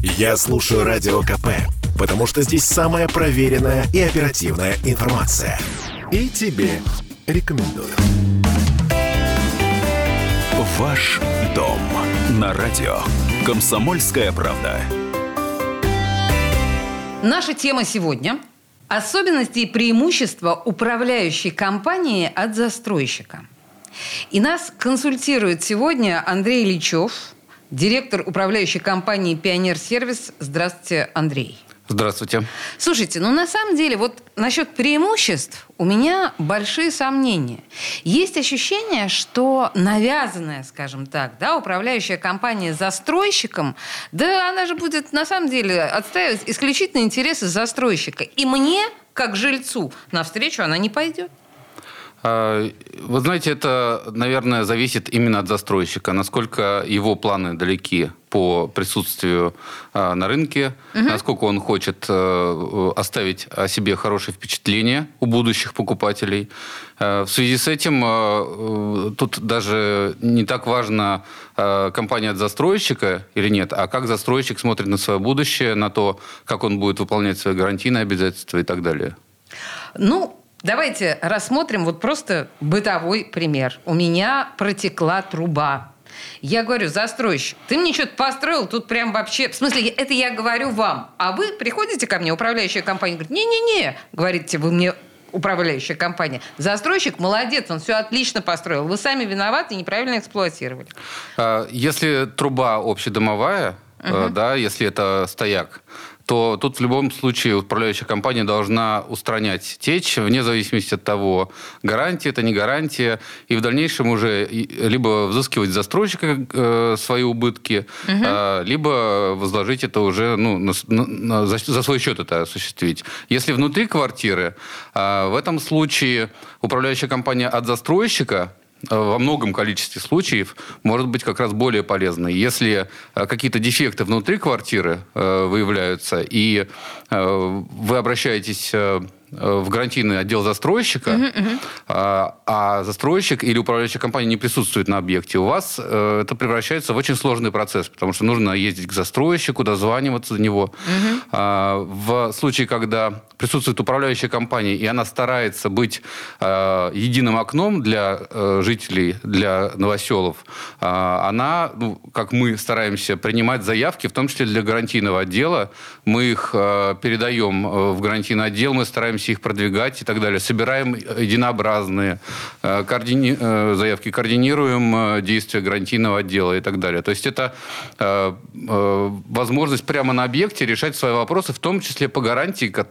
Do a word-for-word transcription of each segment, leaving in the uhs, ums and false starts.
Я слушаю Радио КП, потому что здесь самая проверенная и оперативная информация. И тебе рекомендую. Ваш дом на радио «Комсомольская правда». Наша тема сегодня – особенности и преимущества управляющей компании от застройщика. И нас консультирует сегодня Андрей Ильичев, директор управляющей компании «Пионер-сервис». Здравствуйте, Андрей. Здравствуйте. Слушайте, ну на самом деле вот насчет преимуществ у меня большие сомнения. Есть ощущение, что навязанная, скажем так, да, управляющая компания застройщиком, да она же будет на самом деле отстаивать исключительно интересы застройщика. И мне, как жильцу, навстречу она не пойдет. Вы знаете, это, наверное, зависит именно от застройщика, насколько его планы далеки по присутствию на рынке, угу. насколько он хочет оставить о себе хорошее впечатление у будущих покупателей. В связи с этим тут даже не так важно, компания от застройщика или нет, а как застройщик смотрит на свое будущее, на то, как он будет выполнять свои гарантийные обязательства и так далее. Ну, давайте рассмотрим вот просто бытовой пример. У меня протекла труба. Я говорю, застройщик, ты мне что-то построил, тут прям вообще... В смысле, это я говорю вам. А вы приходите ко мне, управляющая компания, говорит, не-не-не, говорите вы мне, управляющая компания. Застройщик молодец, он все отлично построил. Вы сами виноваты и неправильно эксплуатировали. Если труба общедомовая, uh-huh. да, если это стояк, то тут в любом случае управляющая компания должна устранять течь, вне зависимости от того, гарантия это, не гарантия, и в дальнейшем уже либо взыскивать с застройщика э, свои убытки, угу. э, либо возложить это уже, ну, на, на, за, за свой счет это осуществить. Если внутри квартиры, э, в этом случае управляющая компания от застройщика во многом количестве случаев может быть как раз более полезной. Если какие-то дефекты внутри квартиры э, выявляются, и э, вы обращаетесь э, в гарантийный отдел застройщика, uh-huh, uh-huh. А, а застройщик или управляющая компания не присутствует на объекте, у вас э, это превращается в очень сложный процесс, потому что нужно ездить к застройщику, дозваниваться до него. Uh-huh. А, в случае, когда присутствует управляющая компания, и она старается быть э, единым окном для э, жителей, для новоселов, э, она, ну, как мы стараемся принимать заявки, в том числе для гарантийного отдела, мы их э, передаем в гарантийный отдел, мы стараемся их продвигать и так далее. Собираем единообразные э, координи... э, заявки, координируем э, действия гарантийного отдела и так далее. То есть это э, э, возможность прямо на объекте решать свои вопросы, в том числе по гарантии к,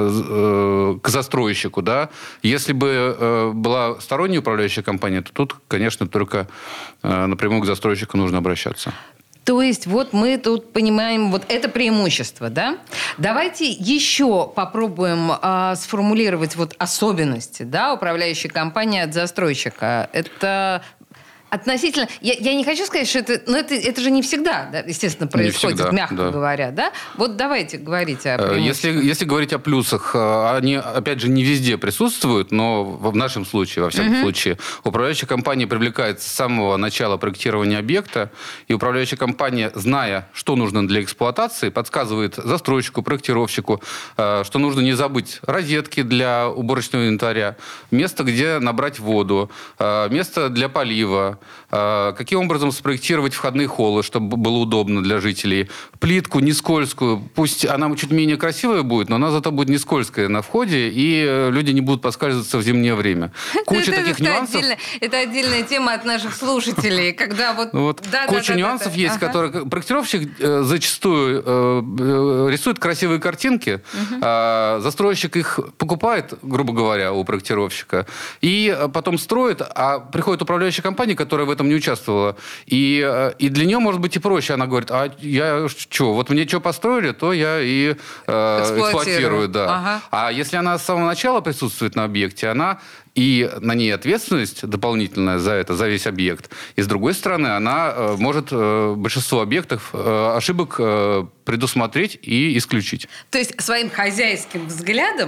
э, к застройщику. Да? Если бы э, была сторонняя управляющая компания, то тут, конечно, только э, напрямую к застройщику нужно обращаться. То есть вот мы тут понимаем, вот это преимущество, да? Давайте еще попробуем э, сформулировать вот особенности, да, управляющей компании от застройщика. Это относительно... Я, я не хочу сказать, что это... Но это, это же не всегда, да, естественно, происходит, всегда, мягко да. говоря, да? Вот давайте говорить о преимуществах. Если, если говорить о плюсах, они, опять же, не везде присутствуют, но в нашем случае, во всяком uh-huh. случае, управляющая компания привлекается с самого начала проектирования объекта, и управляющая компания, зная, что нужно для эксплуатации, подсказывает застройщику, проектировщику, что нужно не забыть розетки для уборочного инвентаря, место, где набрать воду, место для полива, каким образом спроектировать входные холлы, чтобы было удобно для жителей. Плитку не скользкую. Пусть она чуть менее красивая будет, но она зато будет не скользкая на входе, и люди не будут поскальзываться в зимнее время. Куча это, таких это нюансов. Отдельно, это отдельная тема от наших слушателей. Когда вот... вот да, куча да, нюансов да, да, есть, ага. которые... Проектировщик э, зачастую э, рисует красивые картинки, угу. э, застройщик их покупает, грубо говоря, у проектировщика, и потом строит, а приходит управляющая компания, которая в этом не участвовала. И, и для нее, может быть, и проще. Она говорит, а я что, вот мне что построили, то я и э, эксплуатирую. Да. Ага. А если она с самого начала присутствует на объекте, она и на ней ответственность дополнительная за это, за весь объект. И с другой стороны, она э, может э, большинство объектов э, ошибок э, предусмотреть и исключить. То есть своим хозяйским взглядом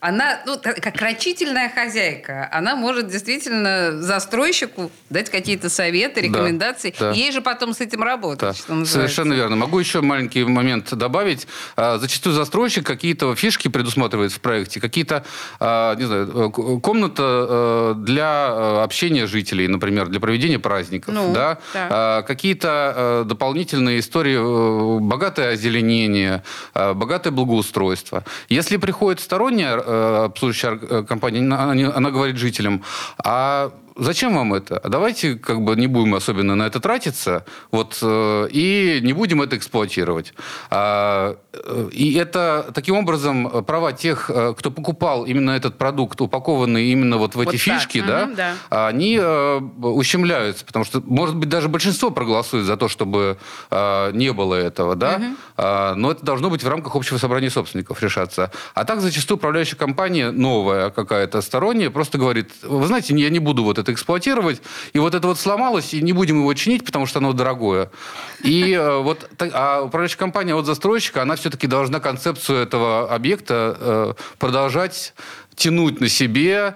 она, ну, как рачительная хозяйка, она может действительно застройщику дать какие-то советы, рекомендации. Да, да. Ей же потом с этим работать, да. Что называется. Совершенно верно. Могу еще маленький момент добавить. Зачастую застройщик какие-то фишки предусматривает в проекте, какие-то, не знаю, комната для общения жителей, например, для проведения праздников, ну, да? Да. Какие-то дополнительные истории, богатое озеленение, богатое благоустройство. Если приходит сторонняя обслуживающая компания, она, она говорит жителям, а зачем вам это? Давайте как бы не будем особенно на это тратиться, вот, и не будем это эксплуатировать. И это, таким образом, права тех, кто покупал именно этот продукт, упакованный именно вот в эти вот фишки, да, угу, да, они ущемляются, потому что, может быть, даже большинство проголосует за то, чтобы не было этого, да, угу. Но это должно быть в рамках общего собрания собственников решаться. А так зачастую управляющая компания, новая какая-то сторонняя, просто говорит, вы знаете, я не буду вот это эксплуатировать, и вот это вот сломалось, и не будем его чинить, потому что оно дорогое. И вот, а управляющая компания от застройщика, она все-таки должна концепцию этого объекта продолжать тянуть на себе,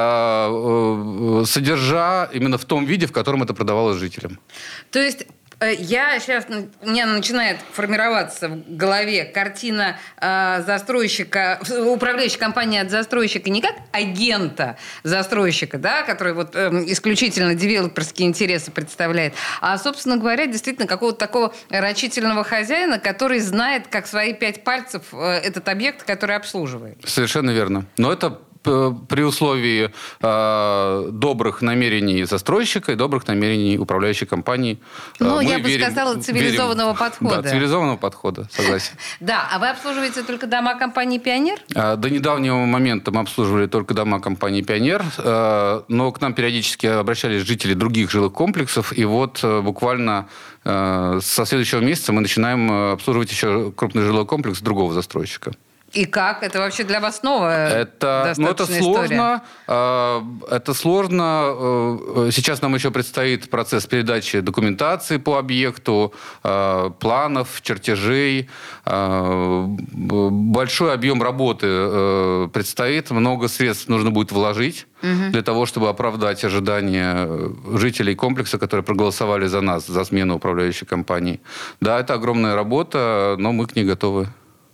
содержа именно в том виде, в котором это продавалось жителям. То есть я сейчас, у меня начинает формироваться в голове картина э, застройщика, управляющей компании от застройщика не как агента застройщика, да, который вот э, исключительно девелоперские интересы представляет, а, собственно говоря, действительно какого-то такого рачительного хозяина, который знает, как свои пять пальцев э, этот объект, который обслуживает. Совершенно верно. Но это при условии э, добрых намерений застройщика и добрых намерений управляющей компании. Ну, мы я бы верим, сказала, цивилизованного верим, подхода. Да, цивилизованного подхода, согласен. Да, а вы обслуживаете только дома компании «Пионер»? До недавнего момента мы обслуживали только дома компании «Пионер», но к нам периодически обращались жители других жилых комплексов, и вот буквально со следующего месяца мы начинаем обслуживать еще крупный жилой комплекс другого застройщика. И как? Это вообще для вас новая это, ну, это сложно. Э, это сложно. Э, сейчас нам еще предстоит процесс передачи документации по объекту, э, планов, чертежей. Э, большой объем работы э, предстоит. Много средств нужно будет вложить угу. для того, чтобы оправдать ожидания жителей комплекса, которые проголосовали за нас, за смену управляющей компании. Да, это огромная работа, но мы к ней готовы.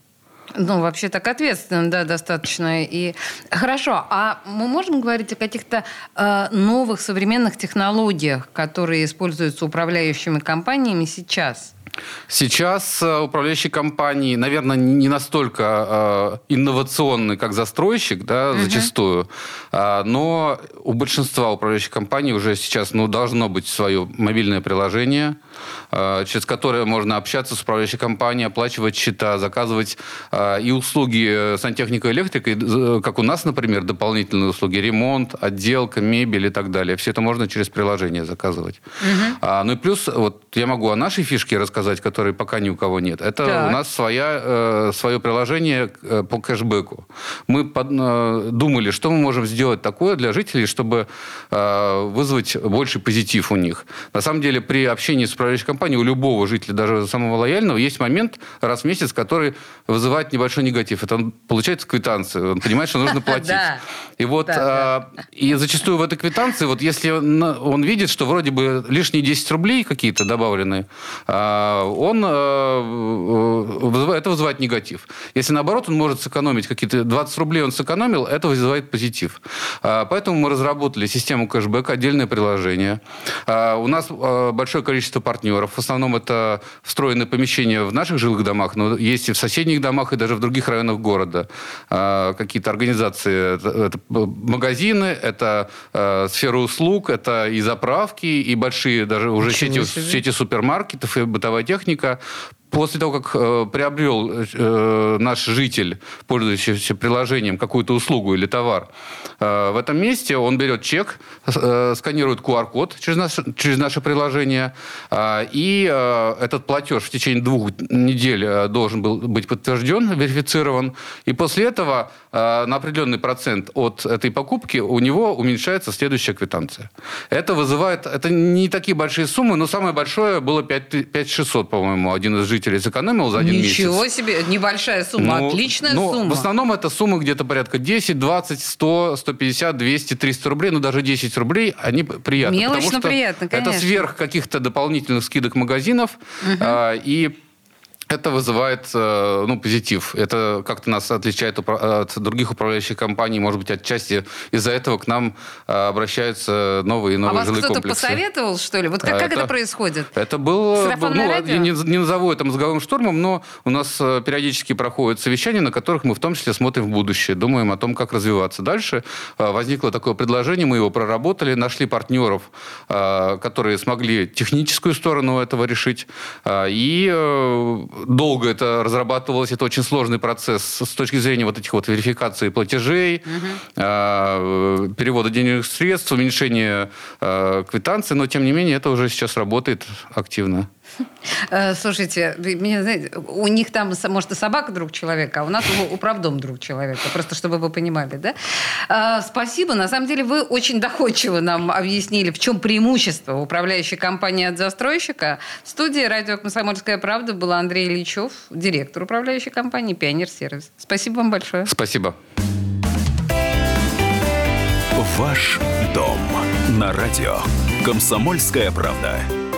Ну, вообще так ответственно, да, достаточно. И хорошо, а мы можем говорить о каких-то э, новых современных технологиях, которые используются управляющими компаниями сейчас? Сейчас управляющие компании, наверное, не настолько э, инновационны, как застройщик, да, uh-huh. зачастую, э, но у большинства управляющих компаний уже сейчас ну, должно быть свое мобильное приложение, э, через которое можно общаться с управляющей компанией, оплачивать счета, заказывать э, и услуги сантехника и электрика, и, как у нас, например, дополнительные услуги, ремонт, отделка, мебель и так далее. Все это можно через приложение заказывать. Uh-huh. А, ну и плюс, вот я могу о нашей фишке рассказать, которой пока ни у кого нет. Это так. У нас своя, э, свое приложение по кэшбэку. Мы под, э, думали, что мы можем сделать такое для жителей, чтобы э, вызвать больший позитив у них. На самом деле, при общении с управляющей компанией у любого жителя, даже самого лояльного, есть момент раз в месяц, который вызывает небольшой негатив. Это он получает квитанцию, он понимает, что нужно платить. И вот и зачастую в этой квитанции, вот если он видит, что вроде бы лишние десять рублей какие-то добавлены, он, это вызывает негатив. Если, наоборот, он может сэкономить какие-то двадцать рублей, он сэкономил, это вызывает позитив. Поэтому мы разработали систему кэшбэка, отдельное приложение. У нас большое количество партнеров. В основном это встроенные помещения в наших жилых домах, но есть и в соседних домах, и даже в других районах города. Какие-то организации, это магазины, это сфера услуг, это и заправки, и большие даже уже сети, сети супермаркетов, и бытовая техника. После того, как э, приобрел э, наш житель, пользующийся приложением, какую-то услугу или товар, э, в этом месте он берет чек, э, сканирует ку ар код через, наш, через наше приложение, э, и э, этот платеж в течение двух недель э, должен был быть подтвержден, верифицирован, и после этого э, на определенный процент от этой покупки у него уменьшается следующая квитанция. Это вызывает... Это не такие большие суммы, но самое большое было пять тысяч шестьсот, по-моему, один из жителей жителей сэкономил за один месяц. Ничего себе, небольшая сумма, ну, отличная ну, сумма. В основном это суммы где-то порядка десять, двадцать, сто, сто пятьдесят, двести, триста рублей, ну даже десять рублей, они приятны. Мелочно, потому что приятно, конечно. Это сверх каких-то дополнительных скидок магазинов, угу. а, и это вызывает ну, позитив. Это как-то нас отличает от других управляющих компаний. Может быть, отчасти из-за этого к нам обращаются новые и новые жилые комплексы. А вас кто-то посоветовал, что ли? Вот как, а как это, это происходит? Это было... Ну, я не, не назову это мозговым штурмом, но у нас периодически проходят совещания, на которых мы в том числе смотрим в будущее, думаем о том, как развиваться дальше. Возникло такое предложение, мы его проработали, нашли партнеров, которые смогли техническую сторону этого решить. И долго это разрабатывалось, это очень сложный процесс с точки зрения вот этих вот верификации платежей, угу. э, перевода денежных средств, уменьшения э, квитанций, но тем не менее это уже сейчас работает активно. Слушайте, меня, знаете, у них там, может, и собака друг человека, а у нас управдом друг человека. Просто чтобы вы понимали, да? Спасибо. На самом деле вы очень доходчиво нам объяснили, в чем преимущество управляющей компании от застройщика. В студии радио «Комсомольская правда» был Андрей Ильичев, директор управляющей компании «Пионер Сервис». Спасибо вам большое. Спасибо. Ваш дом на радио «Комсомольская правда».